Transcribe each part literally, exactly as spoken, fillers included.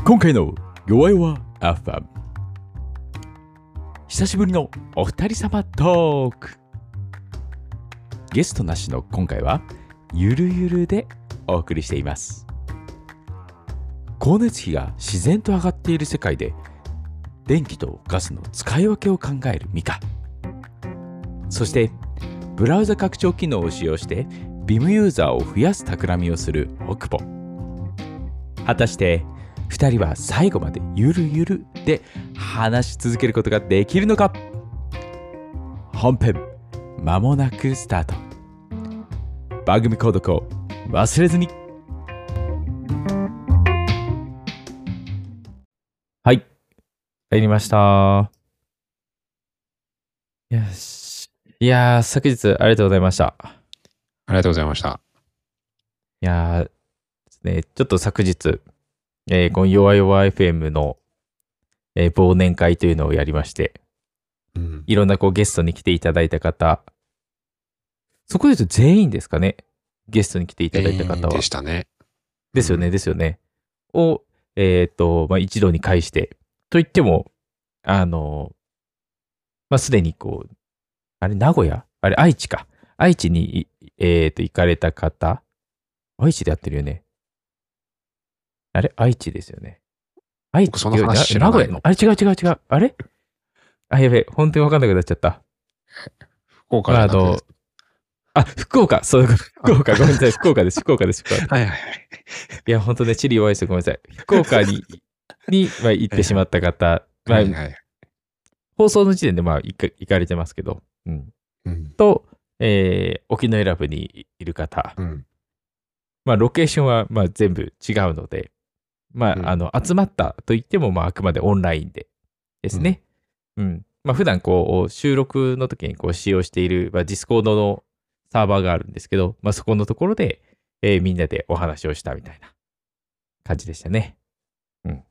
今回の弱々アファム、久しぶりのお二人様トーク。ゲストなしの今回はゆるゆるでお送りしています。光熱費が自然と上がっている世界で電気とガスの使い分けを考えるミカ、そしてブラウザ拡張機能を使用して ビーエム ユーザーを増やす企みをする北ポ。果たしてふたりは最後までゆるゆるで話し続けることができるのか。本編間もなくスタート。番組購読を忘れずに。はい、入りました。よし。いやー、昨日ありがとうございました。 ありがとうございました。 いやーですね、ちょっと昨日、えー、この弱々 エフエム の、えー、忘年会というのをやりまして、 うん、 いろんなこうゲストに来ていただいた方、そこで言うと全員ですかね、ゲストに来ていただいた方は。 でしたね。 ですよね、ですよね。を、えっと、まあ、一度に返して、といっても、あの、まあ、すでにこう、あれ、名古屋あれ、愛知か。愛知に、えっと、行かれた方、愛知でやってるよね。あれ愛知ですよね。愛知、 その話知らないの。 あれ違う違う違う。あれあ、やべえ、本当に分かんなくなっちゃった。 福岡じゃなくて、まあ、あの、 あ、福岡、そういうこと。福岡、ごめんなさい、福岡です、福岡です、福岡です。 はいはいはい。 いや、本当ね、地理弱いですよ、ごめんなさい。福岡に、に、まあ、行ってしまった方、まあ、はいはい、放送の時点で、まあ、行か、行かれてますけど、うん。うん、と、えー、沖永良部にいる方、うん、まあ、ロケーションは、まあ、全部違うので、まあ、うん、あの、集まったといっても、まあ、あくまでオンラインでですね。うん。うん、まあ、普段、こう、収録の時に、こう、使用している、まあ、ディスコードのサーバーがあるんですけど、まあ、そこのところで、えー、みんなでお話をしたみたいな感じでしたね。うん。い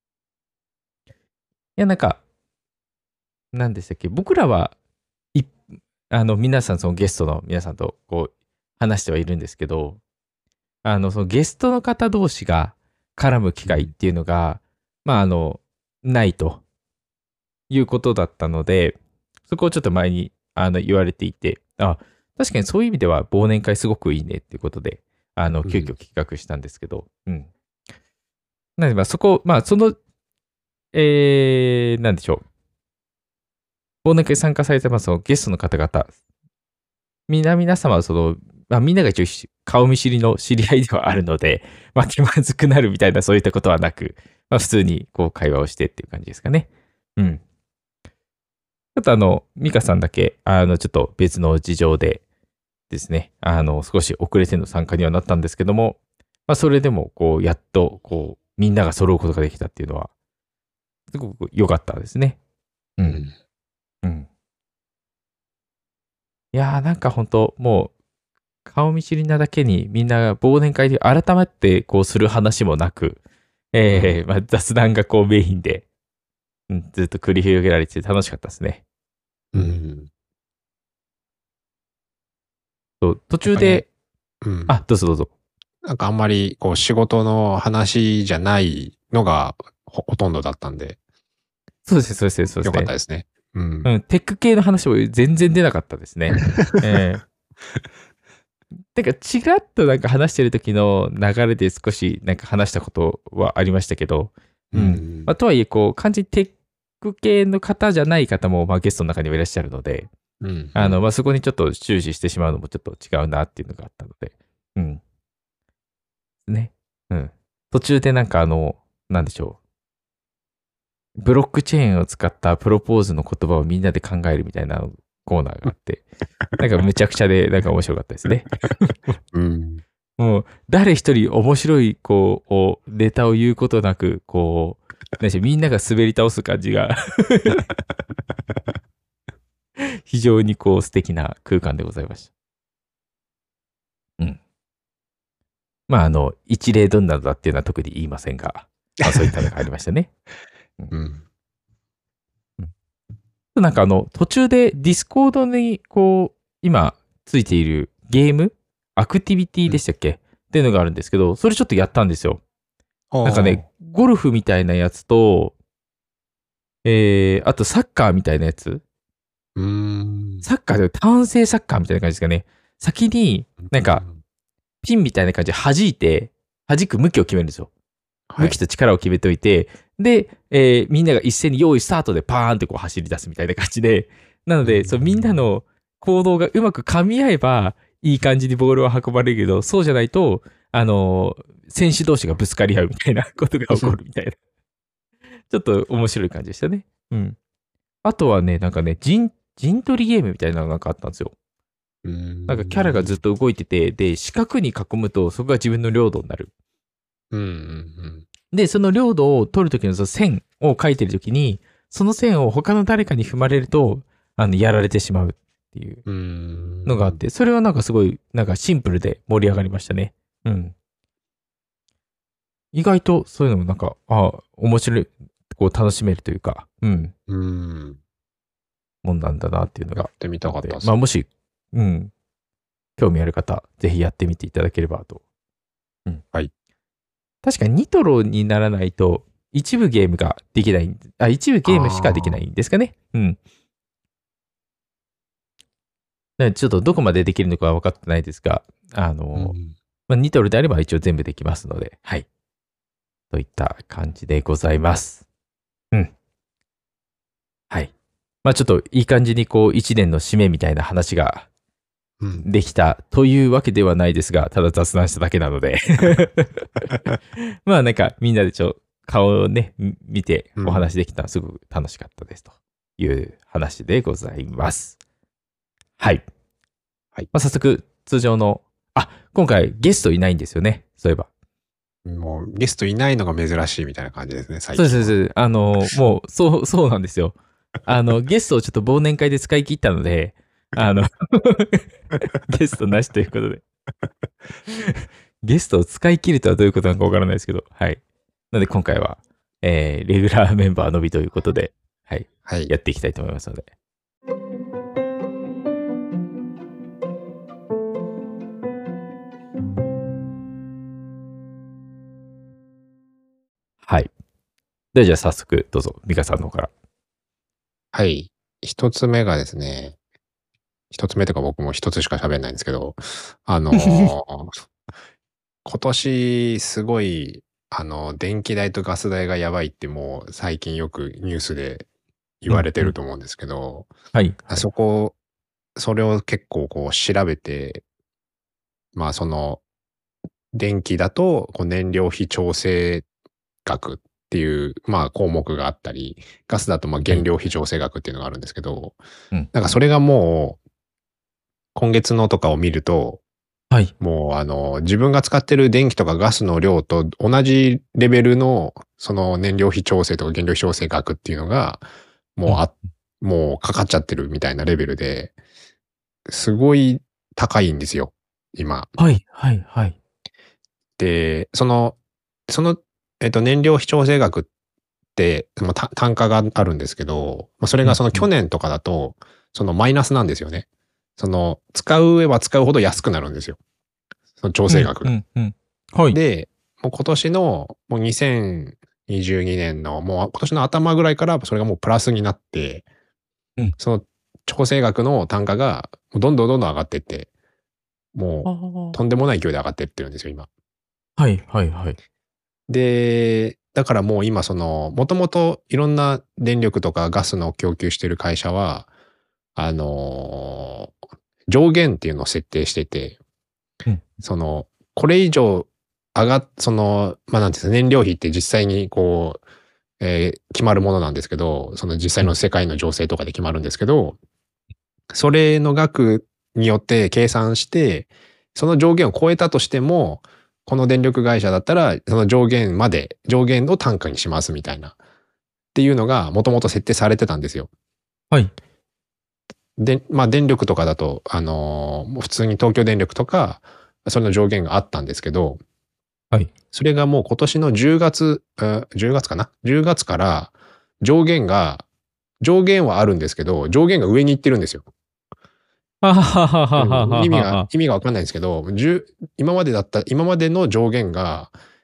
や、なんか、何でしたっけ、僕らは、い、あの、皆さん、そのゲストの皆さんと、こう、話してはいるんですけど、あの、そのゲストの方同士が絡む機会っていうのが、まあ、あの、ないということだったので、そこをちょっと前にあの言われていて、あ、確かにそういう意味では忘年会すごくいいねっていうことで、あの、急遽企画したんですけど、うん。うん、なので、まあそこ、まあその、えー、なんでしょう。忘年会参加されてます、そのゲストの方々、皆皆様はその、まあ、みんなが一応顔見知りの知り合いではあるので、まあ、気まずくなるみたいなそういったことはなく、まあ、普通にこう会話をしてっていう感じですかね。うん。ちょっとあの、ミカさんだけ、あの、ちょっと別の事情でですね、あの、少し遅れての参加にはなったんですけども、まあ、それでも、こう、やっと、こう、みんなが揃うことができたっていうのは、すごく良かったですね。うん。うん。いやー、なんか本当もう、顔見知りなだけにみんな忘年会で改めてこうする話もなく、えーうん、まあ、雑談がこうメインで、うん、ずっと繰り広げられて楽しかったですね。 うん。 そう途中で、ね、うん、あ、どうぞどうぞ。 なんかあんまりこう仕事の話じゃないのが ほ, ほとんどだったんで。 そうですね、そうですね、そうですね。 よかったですね。 うん。うん、テック系の話も全然出なかったですね。えーなんかちらっとなんか話してる時の流れで少しなんか話したことはありましたけど、うん。うん、まあ、とはいえ、こう、完全にテック系の方じゃない方も、まあ、ゲストの中にはいらっしゃるので、うん、あの、まあ、そこにちょっと終始してしまうのもちょっと違うなっていうのがあったので、うん。ね。うん。途中でなんかあの、なんでしょう。ブロックチェーンを使ったプロポーズの言葉をみんなで考えるみたいなコーナーがあって、なんかむちゃくちゃで、なんか面白かったですね。うん、もう、誰一人面白い、こう、ネタを言うことなく、こう、何でしょう、みんなが滑り倒す感じが、非常にこう、素敵な空間でございました。うん。まあ、あの、一例どんなのだっていうのは特に言いませんが、まあ、そういったのがありましたね。うん。うん、なんかあの、途中でディスコードに、こう、今、ついているゲームアクティビティでしたっけ、うん、っていうのがあるんですけど、それちょっとやったんですよ。 なんかね、ゴルフみたいなやつと、えー、あとサッカーみたいなやつ。 うーん。 サッカーで単性サッカーみたいな感じですかね。先になんかピンみたいな感じで弾いて、弾く向きを決めるんですよ。 はい向きと力を決めといて、で、えーみんなが一斉に用意スタートでパーンってこう走り出すみたいな感じで、なので、 うんそうみんなの行動がうまく噛み合えば、いい感じにボールは運ばれるけど、そうじゃないと、あのー選手同士がぶつかり合うみたいなことが起こるみたいな。ちょっと面白い感じでしたね。うん。あとはね、なんかね、陣、陣取りゲームみたいなのがなんかあったんですよ。 うーん。 なんかキャラがずっと動いてて、で、四角に囲むと、そこが自分の領土になる。 うんうんうん。 で、その領土を取るときのその線を書いてるときに、その線を他の誰かに踏まれると、あの、やられてしまうっていううーん。 のがあって、それはなんかすごい、なんかシンプルで盛り上がりましたね。うん。意外とそういうのもなんか、ああ、面白い、こう楽しめるというか、うん、 うーん。 もんなんだなっていうのがやってみたかったです。 まあもし、うん、興味ある方、ぜひやってみていただければと。うん。 はい。 確かにニトロにならないと、一部ゲームができない、あ、一部ゲームしかできないんですかね。うん。なのでちょっとどこまでできるのかは分かってないですが、あの、 うんまあ、ニトロであれば一応全部できますので、はい。といった感じでございます。うん。はい。まあちょっといい感じにこう一年の締めみたいな話がうん。 できたというわけではないですが、ただ雑談しただけなので。まあなんかみんなでちょ顔をね、見てお話できたのすごく楽しかったですという話でございます。はい。 はい。 まあ、早速通常の、あ、今回ゲストいないんですよね。そういえば。 もうゲストいないのが珍しいみたいな感じですね、最近は。 そうです、そうです。あの、もう、そう、そうなんですよ。あの、ゲストをちょっと忘年会で使い切ったので、あの、ゲストなしということで。ゲストを使い切るとはどういうことなのかわからないですけど、はい。なので今回は、えー、レギュラーメンバーのみということで、はい。 はい。 やっていきたいと思いますので。はい。で、じゃあ早速、どうぞ、ミカさんの方から。 はい。一つ目がですね、一つ目とか僕も一つしか喋んないんですけど、あのー今年すごい、あの、電気代とガス代がやばいってもう最近よくニュースで言われてると思うんですけど、 はい。はい、 そこ、それを結構こう調べて、まあその、電気だとこう燃料費調整額っていう、まあ項目があったり、ガスだとまあ原料費調整額っていうのがあるんですけど、 うん。 なんかそれがもう、今月のとかを見ると、 はい。 もうあの、自分が使ってる電気とかガスの量と同じレベルの、その燃料費調整とか原料費調整額っていうのが、もうあ、もうかかっちゃってるみたいなレベルで、すごい高いんですよ、今。 はい。はい。はい。 で、その、その、えっと、燃料費調整額って、まあ、た単価があるんですけど、まあ、それがその去年とかだと、そのマイナスなんですよね。その、使うば使うほど安くなるんですよ。その調整額が。 うんうんうん、はい。 で、もう今年の、もうにせんにじゅうにねんの、もう今年の頭ぐらいからそれがもうプラスになって、 うん、 その調整額の単価がどんどんどんどん上がっていって、もうとんでもない勢いで上がっていってるんですよ、今。 はいはいはい。 で、だからもう今その、もともといろんな電力とかガスの供給してる会社は、あのー、上限っていうのを設定してて、 うん、 その、これ以上上がっ、その、まあなんていうんですか、燃料費って実際にこう、えー決まるものなんですけど、その実際の世界の情勢とかで決まるんですけど、それの額によって計算して、その上限を超えたとしても、この電力会社だったら、その上限まで、上限を単価にしますみたいな。っていうのが、もともと設定されてたんですよ。 はい。 で、まあ電力とかだと、あのー普通に東京電力とか、それの上限があったんですけど、 はい。 それがもう今年のじゅうがつ、じゅうがつかな ?じゅう 月から上限が、上限はあるんですけど、上限が上に行ってるんですよ。 はははははは意味が、意味がわかんないんですけど、今までだった、今までの上限が、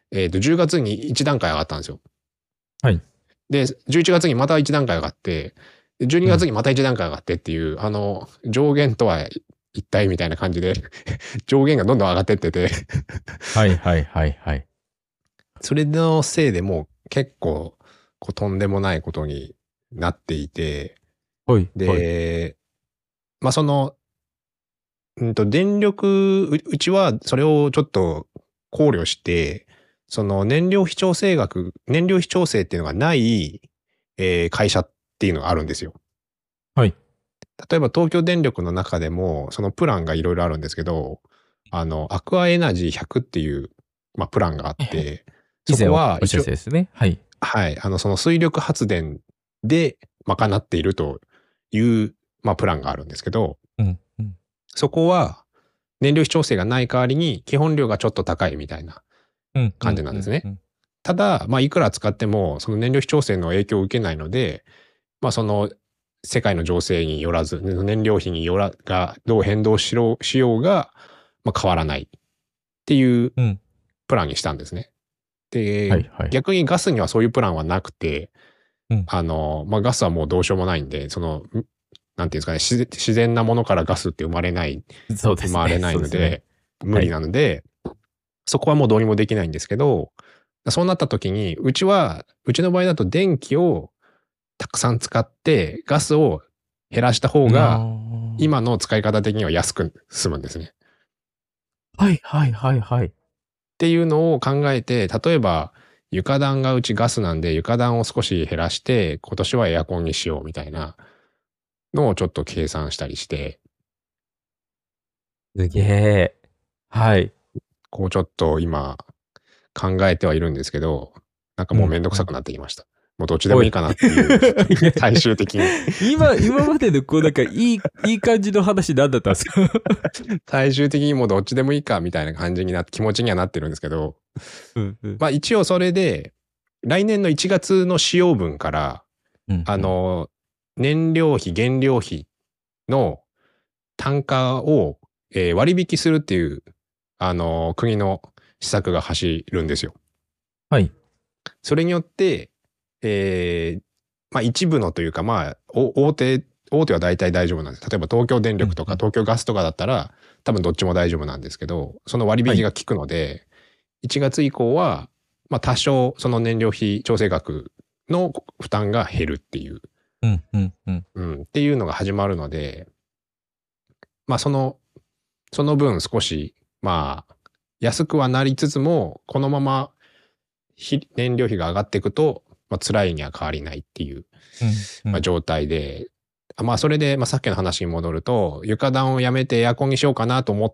えっと、じゅうがつにいち段階上がったんですよ。 はい。 で、じゅういちがつにまたいち段階上がって、じゅうにがつにまたいち段階上がってっていう、うん、あの、上限とは一体みたいな感じで、上限がどんどん上がってっててはいはいはいはい。 それのせいでもう結構、こうとんでもないことになっていて、 はい。 で、 はい、 まあその、うんと、電力う、うちはそれをちょっと考慮して、その燃料費調整額、燃料費調整っていうのがない、えー会社っていうのがあるんですよ。 はい。 例えば東京電力の中でも、そのプランがいろいろあるんですけど、あの、アクアエナジーひゃくっていう、まあ、プランがあっはいはい。 て、 以前おそこはおっしゃっ一応、 たですね。はい。 はい、あの、その水力発電で賄っているという、まあ、プランがあるんですけど、 うんうん。 そこは燃料費調整がない代わりに基本料がちょっと高いみたいなうんう感じんなんですね。 うんうん。 ただ、まあ、いくら使っても、その燃料費調整の影響を受けないので、まあ、その世界の情勢によらず、燃料費によらがどう変動しろしようが、まあ、変わらないっていううん。 プランにしたんですね。で、 はいはい。 逆にガスにはそういうプランはなくて、 うん。 あの、まあ、ガスはもうどうしようもないんで、その、なんていうんですかね、自然自然なものからガスって生まれない、 そうですね。 生まれないそうですね。 ので、無理はい。 なので、そこはもうどうにもできないんですけど、そうなった時に、うちは、うちの場合だと電気をたくさん使ってガスを減らした方が、 あ今の使い方的には安く済むんですね。っあ。はいはいはいはい。 ていうのを考えて、例えば、床暖がうちガスなんで床暖を少し減らして、今年はエアコンにしようみたいなのをちょっと計算したりして、 すげえ。はい。 こうちょっと今考えてはいるんですけど、なんかうもうんうん。 めんどくさくなってきました。もうどっちでもおい。 いいかなっていういや、 最終的に今今までのこうなんかいいいい感じの話なんだったんですか？ 最終的にもうどっちでもいいかみたいな感じになって気持ちにはなってるんですけど、 うんうん。 まあ一応それで、来年のいちがつの使用分から、あうんうん。 の、燃料費、原料費の単価を、えー割引するっていう、あの、国の施策が走るんですよ。 はい。 それによって、えーまあ一部のというか、まあ、お大手、大手は大体大丈夫なんです。例えば東京電力とかうんうん。 東京ガスとかだったら、多分どっちも大丈夫なんですけど、その割はい。 引が効くので、いちがつ以降は、まあ多少その燃料費調整額の負担が減るっていう、 うんうんうん。 うん、っていうのが始まるので、まあその、その分少し、まあ、安くはなりつつも、このまま燃料費が上がっていくと、まあ、辛いには変わりないっていう、 うんうん。 まあ、状態で、まあそれで、まあ、さっきの話に戻ると、床暖をやめてエアコンにしようかなと思って、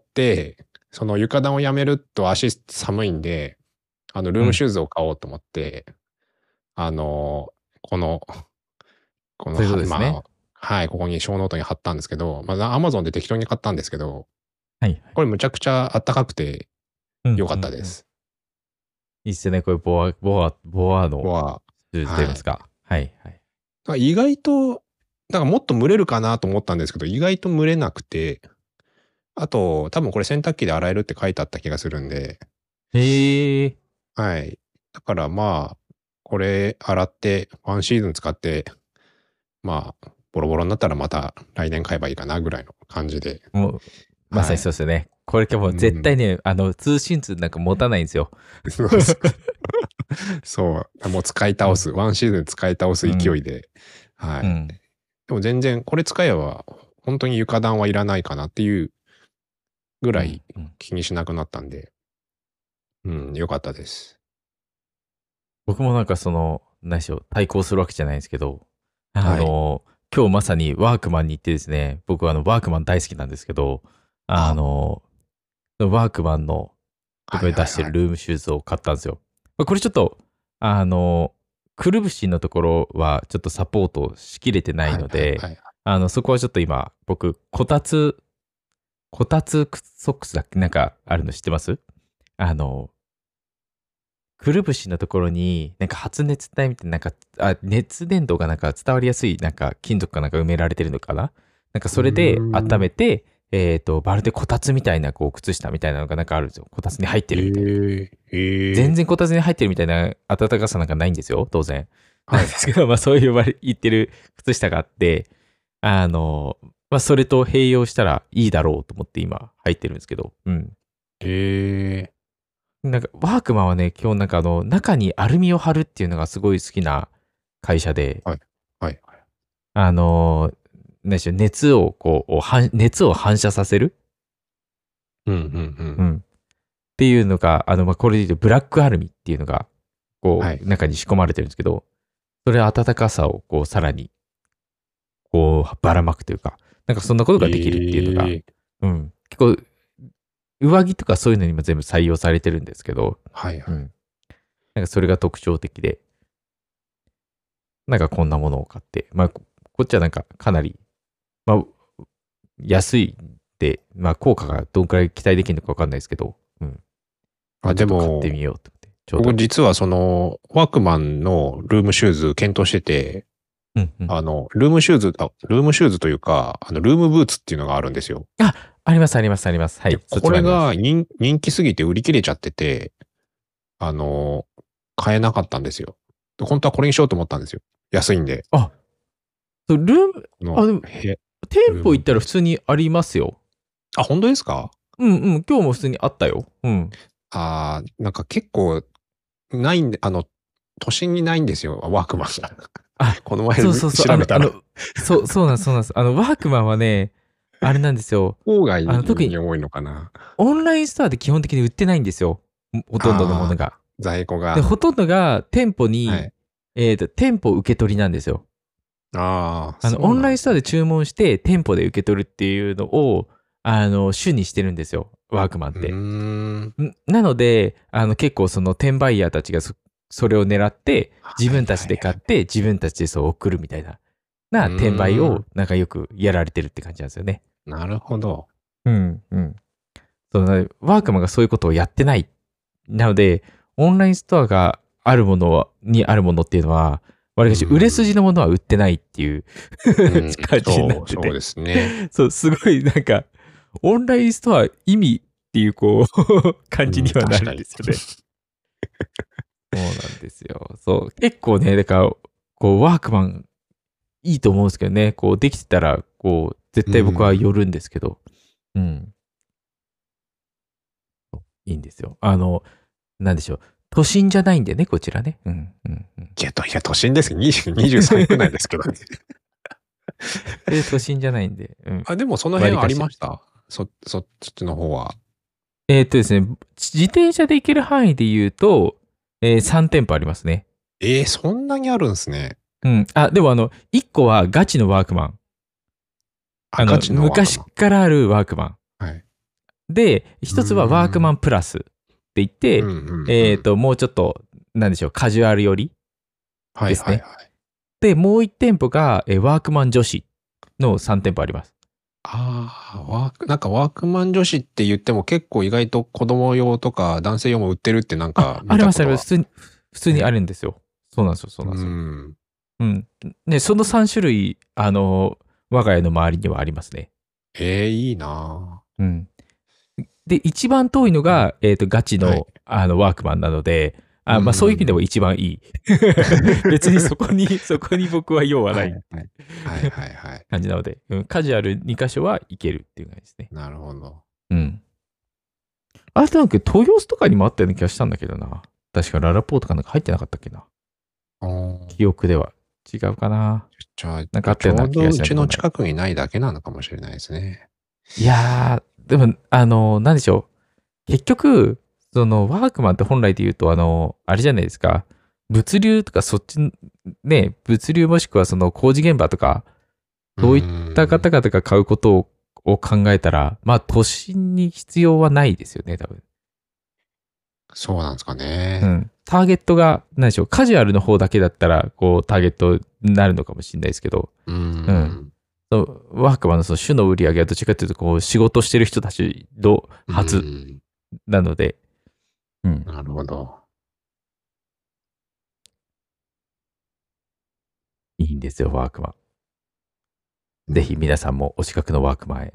その床暖をやめると足寒いんで、あの、ルーうん。 ムシューズを買おうと思って、あの、この、このそういうこは、 とですね。 まあ、はい、ここに小ノートに貼ったんですけど、まあ、アマゾンで適当に買ったんですけど、 はいはい。 これむちゃくちゃあったかくてうん良かうんうん。 ったです。 いいっすね、これボアボアボアのは、 シューズと言いはい。 ますか。はいはい。 意外と、なんかもっと蒸れるかなと思ったんですけど、意外と蒸れなくて、あと、多分これ洗濯機で洗えるって書いてあった気がするんで、 へえ。 はい。だからまあ、これ洗って、ワンシーズン使って、まあ、ボロボロになったらまた来年買えばいいかなぐらいの感じで。 もう、まさにそうはい。 ですよね。これもう絶うん。 対ね、あの、通信通なんか持たないんですよ。 そうそう。そう。もう使いうん。 倒す。ワンシーズン使い倒すうん。 勢いで。はい。 うん。 でも全然、これ使えば、本当に床暖はいらないかなっていうぐうん。 らいうん。 気にしなくなったんで、うん、良かったです。 僕もなんかその、何でしょう、対抗するわけじゃないんですけど、あはい。 の、今日まさにワークマンに行ってですね、僕はあの、ワークマン大好きなんですけど、ああ、 の、ワークマンのとはいこで出はいはい。 してるルームシューズを買ったんですよ。まあこれちょっと、あの、くるぶしのところはちょっとサポートしきれてないはいので、 はいはい。 あの、そこはちょっと今、僕、こたつ、こたつソックスだっけなんかあるの知ってます？あの、くるぶしのところに、なんか発熱体みたいな、なんか、あ、熱伝導がなんか伝わりやすい、なんか金属かなんか埋められてるのかななんかうーそれで温ん。 めて、 えっ、と、まるでこたつみたいな、こう、靴下みたいなのがなんかあるんですよ。こたつに入ってるみたいな。 えー、えー、 全然こたつに入ってるみたいな暖かさなんかないんですよ、当然。なはいんですけど、まあそういう呼ばれ、言ってる靴下があって、あの、まあそれと併用したらいいだろうと思って今入ってるんですけど、うん。 えなんかワークマンはね、今日なんかあの、中にアルミを貼るっていうのがすごい好きな会社で、 ー、はい、はい、はい。 あの、何でしょう、熱をこう、反熱を反射させる、 うん、うん、うん。 うん。っていうのが、あの、まあこれで言うとブラックアルミっていうのが、こはい。 う、中に仕込まれてるんですけど、それは暖かさをこう、さらにこう、ばらまくというか、なんかそんなことができるっていうのが、 えー、 うん、結構、上着とかそういうのにも全部採用されてるんですけど、 はい、はい。 うん。なんかそれが特徴的で、なんかこんなものを買って、まあ、ここっちはなんかかなり、まあ、安いんで、まあ、効果がどんくらい期待できるのかわかんないですけど、うん。まあ、 あ、ちょでっと買っても、 みようと思って、ちょうど。 僕実はその、ワークマンのルームシューズ検討してて、 うんうん。 あの、ルームシューズ、あ、ルームシューズというか、あの、ルームブーツっていうのがあるんですよ。 あ、あります、あります、あります。はで、 い、そっちこれもあります。 が人人気すぎて売り切れちゃってて、あの、買えなかったんですよ。で本当はこれにしようと思ったんですよ。安いんで。 あ、そうルーム、 この、 あ、でも、 へ、 店舗行ったらルームブーツ。 普通にありますよ。 あ、本当ですか？ うんうん、今日も普通にあったよ。うん。 あー、なんか結構、ないんで、あの、都心にないんですよ、ワークマンが。 あ、 この前そうそうそう、あの、 調べたら、 あの、そう、そうなんです、そうなんです。あの、ワークマンはね、あれなんですよ。 郊外あの、特にに多いのかな。 オンラインストアで基本的に売ってないんですよ。ほとんどのものああ、 が。で、 在庫が。 ほとんどが店舗に、 はい。 えっと、店舗受け取りなんですよ。 ああ、 あの、 そうオンラインストアなんですね。 で注文して店舗で受け取るっていうのを、あの、主にしてるんですよ。ワークマンっうーて。 ん。 んなので、あの、結構その転売ヤーたちがそそれを狙って、自はい分たちはいはい。 で買って、自分たちでそう送るみたいな、なう転売をーん。 なんかよくやられてるって感じなんですよね。 なるほど。 うん、うん。そのワークマンがそういうことをやってない。なので、オンラインストアがあるものはにあるものっていうのは、わりうかし売れ筋ん。 のものは売ってないっていううん。 感じになっそう、 てて。 そうですね。 そう、すごいなんか、オンラインストア意味っていうこう感じうん、 にはな確かに。 るんですよね。そうなんですよ。そう。結構ね、だから、こう、ワークマンいいと思うんですけどね、こう、できてたら、こう、絶う対僕はん。 寄るんですけど、うん、いいんですよ。あの、なんでしょう。都心じゃないんでね、こちらね。うん、うん、うん。 いや、といや都心ですけど、にじゅう、にじゅうさん区内ですけどね。 で、都心じゃないんで、うん。 あ、でもその辺あり割りかし。 ました？そ、そっちの方は。 えーっとですね、自転車で行ける範囲で言うと、えー、さん店舗ありますね。 えー、そんなにあるんですね。 うん。あ、でもあの、いっこはガチのワークマン。 あ、 あの、 ガチのワーク昔マン。 からあるワークマン。 はい。 で、 うー一つはワークマん。 ンプラスって言っうんて、 うんうん。 えっと、もうちょっと、なんでしょう、カジュアル寄りはいですね。 はいはい。 で、もういち店舗が、えーワークマン女子のさん店舗あります。 ああ、ワーク、なんかワークマン女子って言っても結構意外と子供用とか男性用も売ってるってなんかあ、あります、あります。 見たことは。 普通に、普通にあね。 るんですよ。そうなんですよ、そううーなんですよ。 ん。 うん。ね、そのさん種類、あの、我が家の周りにはありますね。 ええ、いいなうん。で、一番遠いのぁ。うん。 が、えっと、ガチはい。 の、あの、ワークマンなので、 うーあ、まあ、そういう意味でもん。 一番いい。別にそこに、そこに僕は用はないはいはい。はいはいはい。 感じなので、うん、カジュアルに箇所はいけるっていう感じですね。 なるほど。 うん。あとなんか、豊洲とかにもあったような気がしたんだけどな。確かララポートかなんか入ってなかったっけな。 あー、 記憶では。違うかな。 じゃあ、 なんかあったちょうような気がどうちのしなくもない。 近くにないだけなのかもしれないですね。 いやー、でも、あの、なんでしょう。結局、その、ワークマンって本来で言うと、あの、あれじゃないですか。物流とかそっち、ね、物流もしくはその工事現場とか、 うーそういったん。 方々が買うことをを考えたら、まあ、都心に必要はないですよね、多分。 そうなんですかね。 うん。ターゲットが、なんでしょう、カジュアルの方だけだったら、こう、ターゲットになるのかもしれないですけど、 うーうん。 ん。 そうワークマンのその主の売り上げはどっちかというと、こう、仕事してる人たちのう初ーん。 なので、うん。 なるほど。 いいんですよ、ワークマン。ぜひ皆さんもお近くのワークマンへ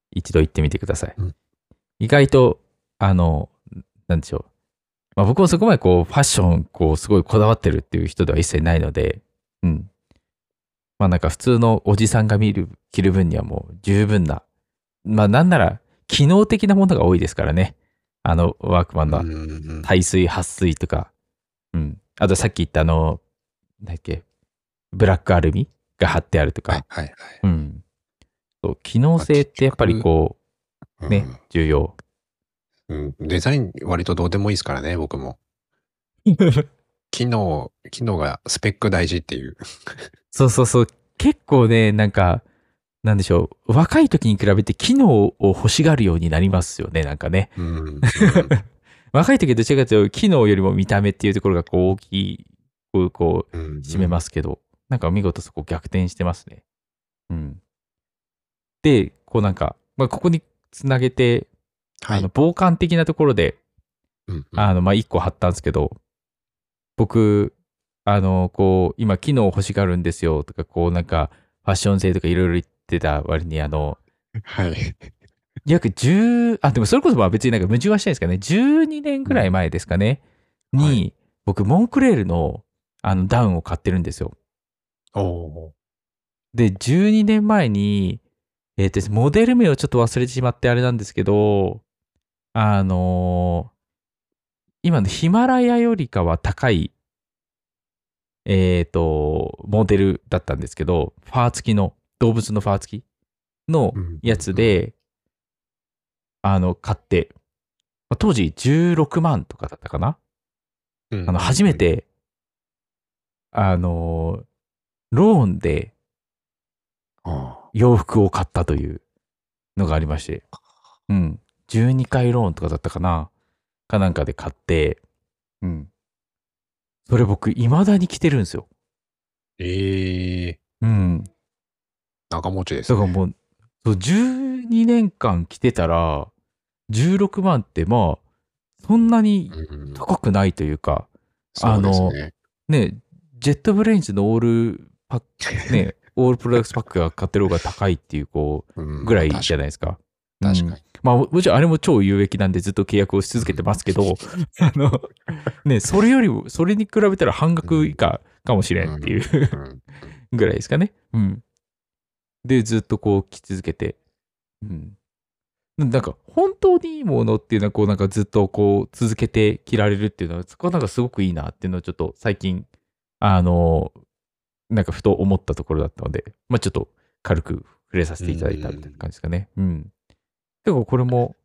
一度行ってみてください。 うん意外と、あの、なんでしょう。まあ僕もそこまでこう、ファッション、こう、すごいこだわってるっていう人では一切ないので、うん。まあなんか普通のおじさんが見る、着る分にはもう十分な。まあなんなら、機能的なものが多いですからね。あの、ワークマンのうんうん耐水、撥水とか、うん。あとさっき言ったあの、なんだっけ、ブラックアルミが貼ってあるとか、 はいはいはい。 うん。そう機能性ってやっぱりこう、ね、重要。 うんうん、デザイン割とどうでもいいですからね、僕も。機能、機能がスペック大事っていう。 そうそうそう。結構ね、なんか、なんでしょう。若い時に比べて機能を欲しがるようになりますよね、なんかね。 うんうん、 若い時はどちらかというと、機能よりも見た目っていうところがこう大きい、こう、こう、占めますけど、なんか見事そこ逆転してますね。うん。で、こうなんか、まあ、ここにつなげて、 はい、 あの、防寒的なところで、 うんうん、 あの、まあ、一個貼ったんですけど、僕、あの、こう、今、機能欲しがるんですよとか、こう、なんか、ファッション性とかいろいろ言ってた割に、あの、 はい。 約じゅう、あ、でもそれこそまあ別になんか矛盾はしてないですかね。じゅうにねんぐらい前ですかね。 うん、 に、 はい、 僕、モンクレールの、あの、ダウンを買ってるんですよ。 おお。 で、じゅうにねんまえに、えっと、モデル名をちょっと忘れてしまってあれなんですけど、あのー今のヒマラヤよりかは高い、えっと、モデルだったんですけど、ファー付きの、動物のファー付きのやつで、あの、買って、まあ当時じゅうろくまんとかだったかな。あの、初め、て、あのーローンであ洋服を買ったというのがありまして、うん。じゅうにかいローンとかだったかな。かなんかで買って、うん。それ僕、未だに着てるんですよ。 ええうん。 長持ちですね。 だからもう、そうじゅうにねんかん着てたら、じゅうろくまんってまあ、そんなにうん、 高くないというか、あそうですの、 ね。 ね、ジェットブレインズのオールパック、ね、オールプロダクツパックが買ってる方が高いっていう、こう、 うん、 ぐらいまあ確かじゃないですか。うん。 確かに。 まあ、もちろんあれも超有益なんでずっと契約をし続けてますけど、あの、ね、それよりも、それに比べたら半額以下かもしれんっていううんうんぐらいですかね。うん。で、ずっとこう着続けて。うん。なんか、本当にいいものっていうのは、こう、なんかずっとこう、続けて着られるっていうのは、そこはなんかすごくいいなっていうのをちょっと最近、あの、なんかふと思ったところだったので、まあちょっと軽く触れさせていただいたみたいな感じですかね。うん。結構これも、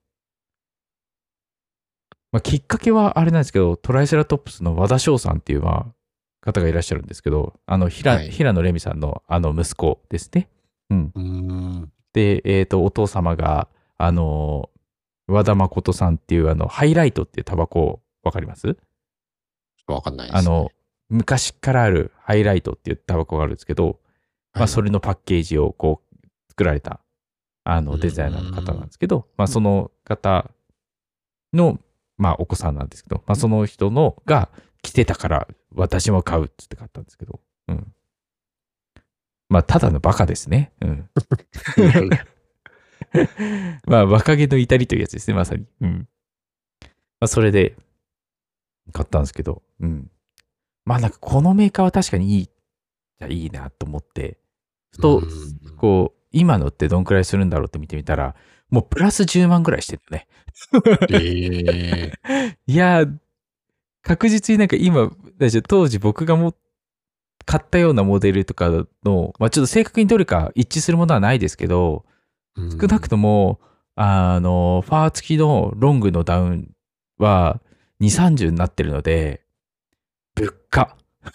まあきっかけはあれなんですけど、トライセラトップスの和田翔さんっていう、まあ、方がいらっしゃるんですけど、あの、平、 はい平野レミさんのあの息子ですね。うん。 うーん。 で、えっと、お父様が、あの、和田誠さんっていうあの、ハイライトっていうタバコわかります？ わかんないですね。 あの、昔からあるハイライトっていうタバコがあるんですけど、まあ、 はい。 それのパッケージをこう、作られた、あの、デザイナーの方なんですけど、まあ、その方の、まあ、お子さんなんですけど、まあ、その人のが着てたから、私も買うっつって買ったんですけど、うん。まあ、ただのバカですね。うん。 いやいや。 まあ、若気の至りというやつですね、まさに。うん。まあ、それで買ったんですけど、うん。まあ、なんかこのメーカーは確かにいい、じゃいいなと思って、ふと、こう、今のってどんくらいするんだろうって見てみたら、もうプラスじゅうまんぐらいしてるよね。 ええいやー、確実になんか今、当時僕がも買ったようなモデルとかの、まあちょっと正確にどれか一致するものはないですけど、少なくとも、あの、ファー付きのロングのダウンはに、さんじゅうになってるので、物価。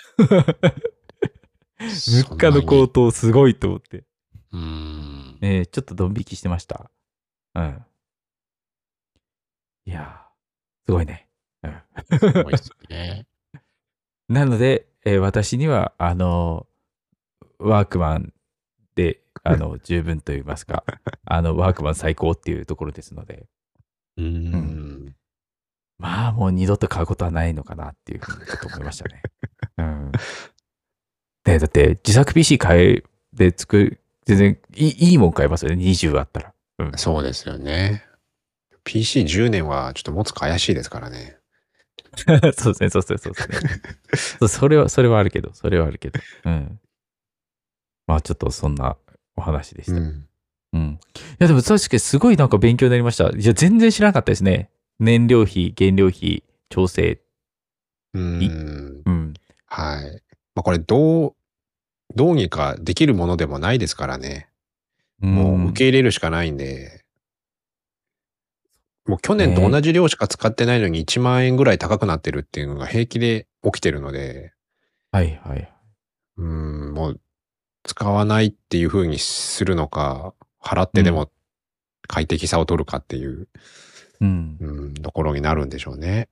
物価の高騰すごいと思って。 うん。 えーちょっとドン引きしてました。うん。いやー、すごいね。うん。 すごいですね。 なので、えー私には、あの、ワークマンで、あの、十分と言いますか、あの、ワークマン最高っていうところですので、 ううん。 ん。 まあ、もう二度と買うことはないのかなっていうふうにちょっと思いましたね。うん。で、だって、自作 ピーシー 買え、で作る、全然いい、いいもん買えますよね。にじゅうあったら。 うん。 そうですよね。ピーシーじゅう 年はちょっと持つか怪しいですからね。 そうですね、そうですね、そうですね。そうそれは、それはあるけど、それはあるけど。うん。まあちょっとそんなお話でした。 うん。 うん。いやでも確かにすごいなんか勉強になりました。いや、全然知らなかったですね。燃料費、原料費、調整うー費。 ん。 うん。 はい。まあこれどう、どうにかできるものでもないですからね。 うもう受けん。 入れるしかないんで、もう去年とね。 同じ量しか使ってないのにいちまん円ぐらい高くなってるっていうのが平気で起きてるので、 はいはい。 うーん、もう使わないっていう風にするのか、払っうん。 てでも快適さを取るかっていう、 うん。 うん、ところになるんでしょうね。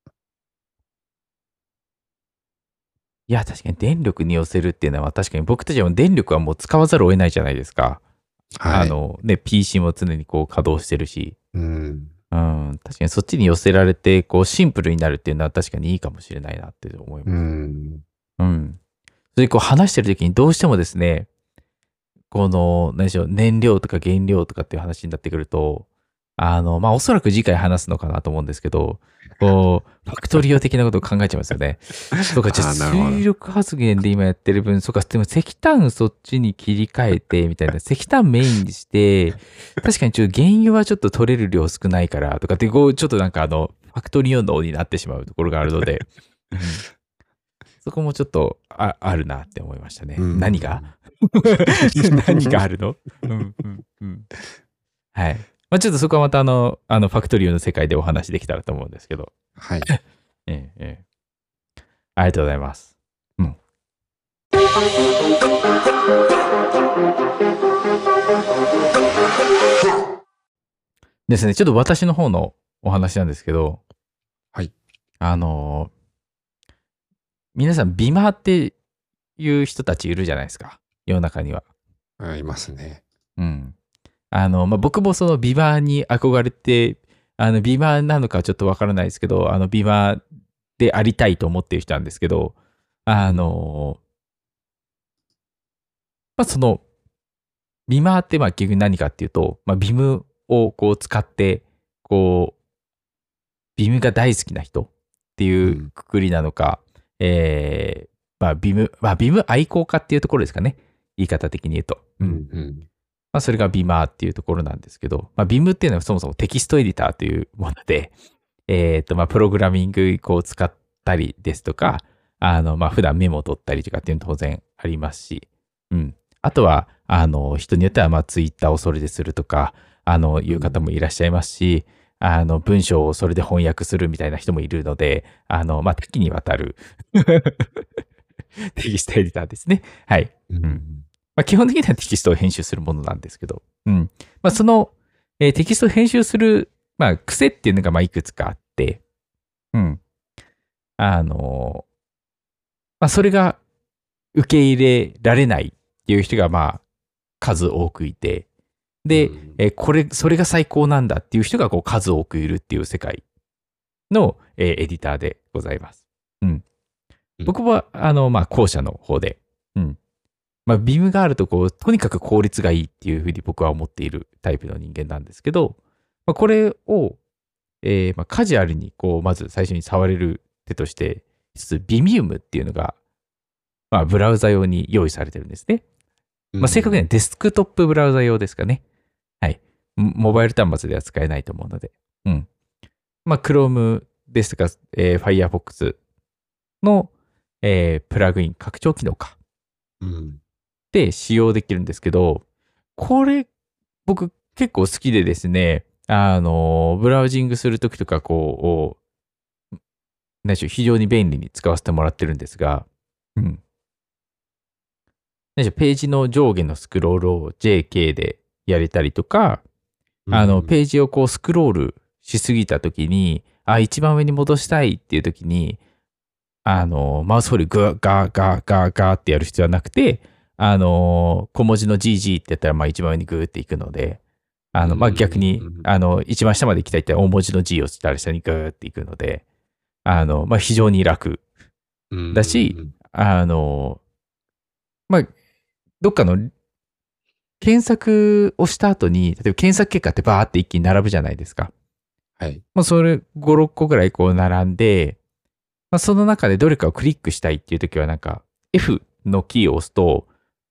いや、確かに電力に寄せるっていうのは確かに僕たちも電力はもう使わざるを得ないじゃないですか。あはい。 のね、ピーシー も常にこう稼働してるし。 うん。 うん。確かにそっちに寄せられて、こうシンプルになるっていうのは確かにいいかもしれないなって思いうます。 ん。 うん。それでこう話してる時にどうしてもですね、この、何でしょう、燃料とか原料とかっていう話になってくると、あの、まあ、おそらく次回話すのかなと思うんですけど、こう、ファクトリオ的なことを考えちゃいますよね。そうか、じゃあああ、なるほど。 水力発電で今やってる分、そうか、でも石炭そっちに切り替えて、みたいな、石炭メインにして、確かにちょっと原油はちょっと取れる量少ないから、とかって、こう、ちょっとなんかあの、ファクトリオ脳になってしまうところがあるので、うん、そこもちょっとああるなって思いましたうね。何がん。 何があるのうんうんうん。はい。まあ、ちょっとそこはまたあの、あの、ファクトリオの世界でお話できたらと思うんですけど。 はい。 ええ、ええ。ありがとうございます。うん。ですね、ちょっと私の方のお話なんですけど、 はい。 あの、皆さん、ビマっていう人たちいるじゃないですか。世の中には。 あいますね。 うん。あの、まあ、僕もそのビバに憧れて、あの、ビバなのかちょっとわからないですけど、あの、ビバでありたいと思っている人なんですけど、あうん。 の、まあ、その、ビマってまあ結局何かっていうと、まあ、ビムをこう使って、こう、ビムが大好きな人っていううん。 くくりなのか、えー、まあ、ビム、まあ、ビム愛好家っていうところですかね。言い方的に言うと。ううん。 ん。 うん。 まあ、それがビマーっていうところなんですけど、まあ、ビムっていうのはそもそもテキストエディターというもので、えっと、まあ、プログラミングこう使ったりですとか、あの、まあ、普段メモを取ったりとかっていうの当然ありますし、うん。あとは、あの、人によっては、まあ、ツイッターをそれでするとか、あの、いう方もいらっしゃいますし、あの、文章をそれで翻訳するみたいな人もいるので、あの、まあ、多岐にわたるテキストエディターですね。はい。 ううん。 ん。 まあ、基本的にはテキストを編集するものなんですけど、うん。まあ、その、えーテキストを編集する、まあ、癖っていうのが、まあ、いくつかあって、うん。あの、まあ、それが受け入れられないっていう人が、まあ、数多くいて、で、 うん。 えーこれ、それが最高なんだっていう人が、こう、数多くいるっていう世界の、えーエディターでございます。うん。 うん。 僕は、あの、まあ、後者の方で、うん。まあ、ビームがあると、こう、とにかく効率がいいっていうふうに僕は思っているタイプの人間なんですけど、まあ、これを、えーまあ、カジュアルに、こう、まず最初に触れる手として、一つ、ビミウムっていうのが、まあ、ブラウザ用に用意されてるんですね。まあ、正確にはデスクトップブラウザ用ですかね。はい。モバイル端末では使えないと思うので。うん。まあ、Chrome ですとか、えー Firefox の、えープラグイン、拡張機能か。 うん。 で使用できるんですけど、これ、僕結構好きでですね、あの、ブラウジングするときとか、こう、何でしょう、非常に便利に使わせてもらってるんですが、うん。何でしょう、ページの上下のスクロールを ジェーケー でやれたりとか、あの、 うん。 ページをこうスクロールしすぎたときに、あ、一番上に戻したいっていうときに、あの、マウスホールガーガーガーガーガーってやる必要はなくて、あの、小文字の ジージー ってやったら、まあ一番上にグーっていくので、あうの、まあ逆に、 ん。 あの、一番下まで行きたいって大文字の G をしたら下にグーっていくので、あの、まあ非常に楽うだし、 ん。 あの、まあ、どっかの検索をした後に、例えば検索結果ってバーって一気に並ぶじゃないですか。 はい。 まあ、それご、ろっこぐらいこう並んで、まあ、その中でどれかをクリックしたいっていう時はなんか F のキーを押すと、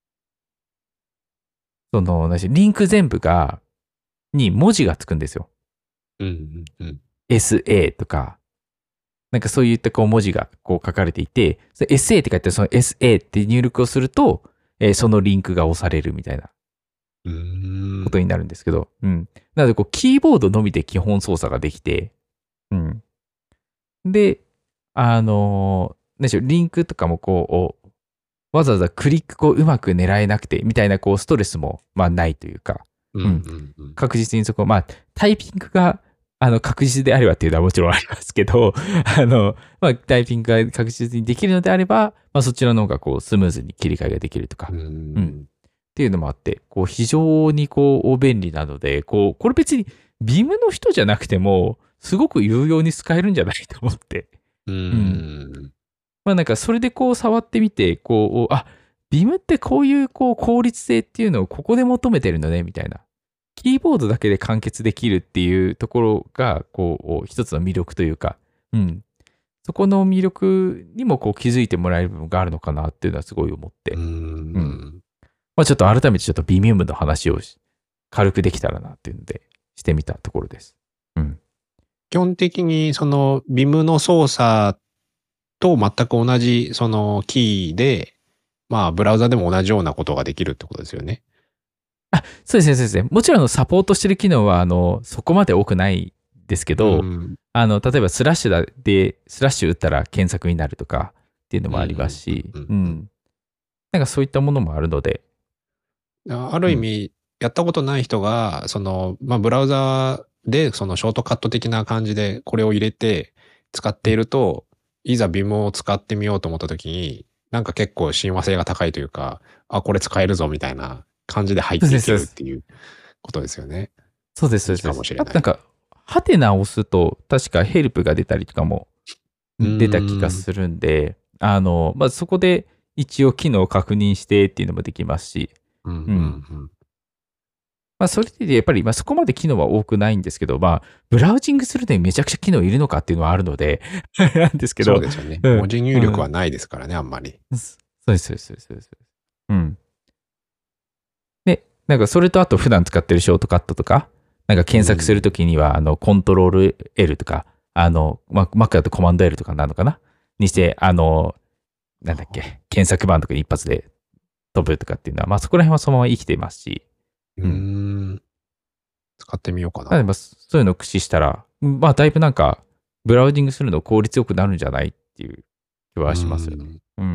その、何でしょうリンク全部が、に文字がつくんですよ。 うんうんうん。 エスエー とか、なんかそういったこう文字がこう書かれていて、それ エスエー って書いてあるその エスエー って入力をすると、えーそのリンクが押されるみたいなうーん。 ことになるんですけど、うん。なのでこうキーボードのみで基本操作ができて、うん。で、あのー、何でしょう、リンクとかもこう、わざわざクリックこううまく狙えなくて、みたいなこうストレスもまあないというか、 うんうんうん。 確実にそこ、まあ、タイピングが、あの、確実であればっていうのはもちろんありますけど、あの、まあ、タイピングが確実にできるのであれば、まあ、そちらの方がこう、スムーズに切り替えができるとか、 ううん、っん。 ていうのもあって、こう、非常にこう、便利なので、こう、これ別に、ビームの人じゃなくても、すごく有用に使えるんじゃないと思って。 ううん。 ん。 まあなんかそれでこう触ってみて、こう、あ、ビームってこういうこう効率性っていうのをここで求めてるのね、みたいな。キーボードだけで完結できるっていうところが、こう、一つの魅力というか、うん。そこの魅力にもこう気づいてもらえる部分があるのかなっていうのはすごい思っうて。うん。 ん。 まあちょっと改めてちょっとビームの話を軽くできたらなっていうので、してみたところです。うん。 基本的にその ビーム の操作と全く同じそのキーで、まあブラウザでも同じようなことができるってことですよね。 あ、そうですね、そうですね。もちろんあのサポートしてる機能は、あの、そこまで多くないですけうど、 ん。 あの、例えばスラッシュで、スラッシュ打ったら検索になるとかっていうのもありますし、 うんうんうんうん。 うん。なんかそういったものもあるので、 ああるうん。 意味、やったことない人が、その、まあ、ブラウザで、そのショートカット的な感じでこれを入れて使っていると、いざ ビーム を使ってみようと思った時に、なんか結構親和性が高いというか、あ、これ使えるぞみたいな感じで入っそうです、 ていけそうです。 るっていうことですよね。 そうです、そういいかです。 もしれない。 あとなんか、ハテナを押すと、確かヘルプが出たりとかもう出た気ーん。 がするんで、あの、まあ、そこで一応機能を確認してっていうのもできますし、 うんううん。 んうん。 まあ、それでやっぱり、まあ、そこまで機能は多くないんですけど、まあ、ブラウジングするのにめちゃくちゃ機能いるのかっていうのはあるので、あれなんですけど、 そうですよね。 うん、 文字入うん。 力はないですからね、あんまり。 そうです、そうです、そうです。そうですうん。で、なんかそれとあと普段使ってるショートカットとか、なんかう検索するん。 ときには、あの、コントロール L とか、あの、ま Mac だとコマンド L とかなのかなにして、あの、なんだっけ、検索バーのとかに一発で飛ぶとかっていうのは、まあそこら辺はそのまま生きていますし、 うーうん。 ん。使ってみようかなので、まな。 あ、そういうのを駆使したら、まあ、だいぶなんか、ブラウジングするの効率よくなるんじゃないっていう気うーはしますよね。 ん。 うん。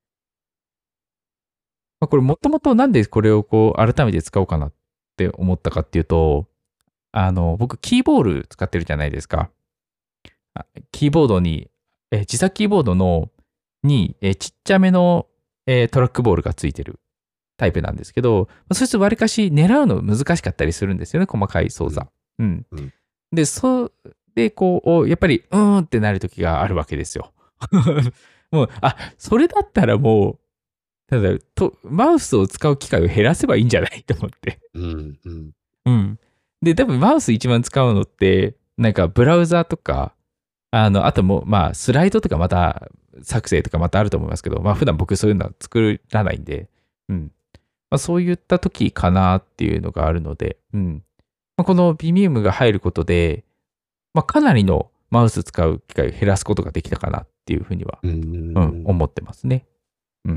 まあ、これ、もともとなんでこれをこう、改めて使おうかなって思ったかっていうと、あの、僕、キーボール使ってるじゃないですか。あキーボードに、え自作キーボードの、に、えちっちゃめの、えートラックボールがついてるタイプなんですけど、まあそうするとわりかし狙うの難しかったりするんですよね、細かい操うん。 作。うん。 うん。 で、そうで、こう、やっぱり、うーんってなる時があるわけですよ。もう、あ、それだったらもう、ただと、マウスを使う機会を減らせばいいんじゃないと思って。 うん。うん。 うん。で、多分マウス一番使うのって、なんかブラウザとか、あの、あともう、まあ、スライドとかまた、作成とかまたあると思いますけど、まあ、普段僕そういうのは作らないんで、うん。まあ、そういった時かなっていうのがあるので、うん。まあ、この ビーエム が入ることで、まあ、かなりのマウス使う機会を減らすことができたかなっていうふうには、 うーうん、 ん。 思ってますね。うん。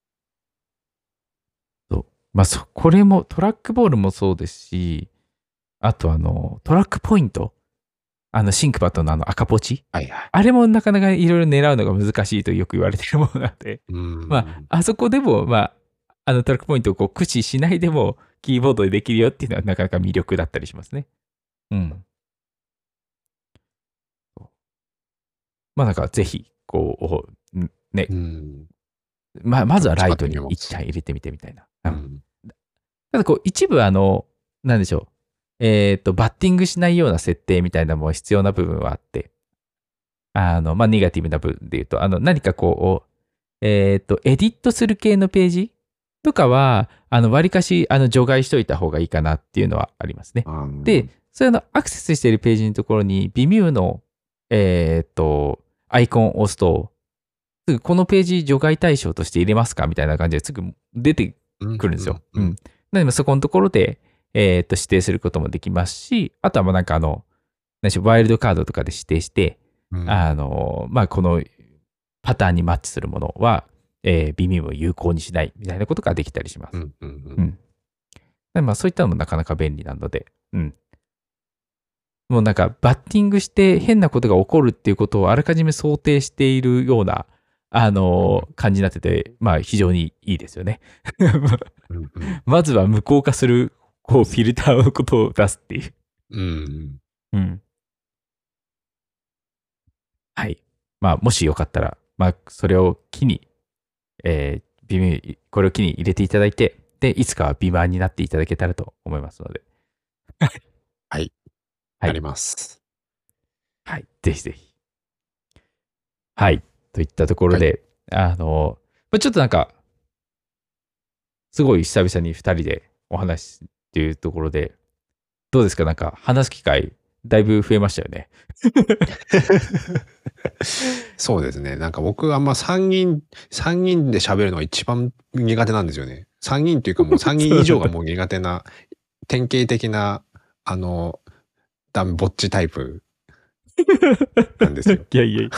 そう。まあ、そ、これも、トラックボールもそうですし、あとあの、トラックポイント。あの、シンクパッドのあの赤ポチ。 はいはい。 あれもなかなかいろいろ狙うのが難しいとよく言われてるものなので、 うーまあ、 ん。 あそこでも、まあ、あのトラックポイントをこう駆使しないでも、キーボードでできるよっていうのはなかなか魅力だったりしますね。うん。まあなんかぜひ、こう、ね、 うーん。 まあ、まずはラ使ってイトに一みます。 旦入れてみてみたいな。うん。 うん。 ただこう、一部あの、なんでしょう。えっと、バッティングしないような設定みたいなのも必要な部分はあって、あの、まあ、ネガティブな部分で言うと、あの、何かこう、えっと、エディットする系のページとかは、あの、割かし、あの、除外しといた方がいいかなっていうのはありますね。 あー、 で、それのアクセスしているページのところに、Vimeo の、えーっと、アイコンを押すと、すぐこのページ除外対象として入れますかみたいな感じですぐ出てくるんですよ。 うんうんうん。なので、そこのところで、えーっと、指定することもできますし、あとはもうなんかあの、何でしょう、ワイルドカードとかで指定して、 うんあの、まあ、このパターンにマッチするものは、えー、Vimeo を有効にしないみたいなことができたりします。 うんうんううんん。でまあ、そういったのもなかなか便利なので、うん。もうなんか、バッティングして変なことが起こるっていうことをあらかじめ想定しているような、あのー感じになってて、まあ、非常にいいですよね。 うんうんまずは無効化する、こう、フィルターのことを出すっていう。 うんうんうん。はい。まあ、もしよかったら、まあ、それを機に、えー、ビミこれを機に入れていただいて、で、いつかはビマンになっていただけたらと思いますので。 はい。 はいなります。 はい。ぜひぜひ。はい。といったところで、あの、まあちょっとなんか、すごい久々にふたりでお話しっていうところで、どうですかなんか話す機会、だいぶ増えましたよね。 そうですね。なんか僕あんま参議院、参議院で喋るのが一番苦手なんですよね。参議院っていうかもう参議院以上がもう苦手な、典型的な、あの、ダメ、ぼっちタイプなんですよ。 いやいやいや。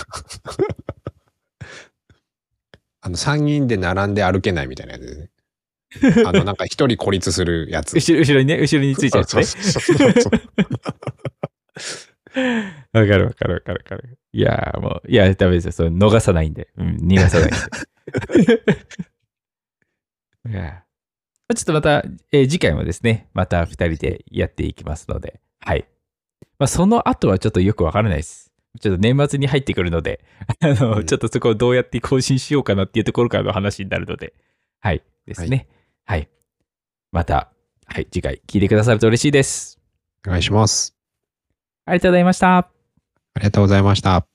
あの、参議院で並んで歩けないみたいなやつですね。あの、なんか一人孤立するやつ。 後ろ後ろにね、後ろについちゃうやつね。 そうそうそうそうわかるわかるわかるわかる。いやーもう、いや、ダメですよ。それ逃さないんで。うん、逃がさないんで。いやーちょっとまた、えー次回もですね、またふたりでやっていきますので、はい。まあ、その後はちょっとよくわからないです。ちょっと年末に入ってくるので、あの、 うんちょっとそこをどうやって更新しようかなっていうところからの話になるので、はい。ですね。はい。また、はい、次回聞いてくださると嬉しいです。 お願いします。 ありがとうございました。 ありがとうございました。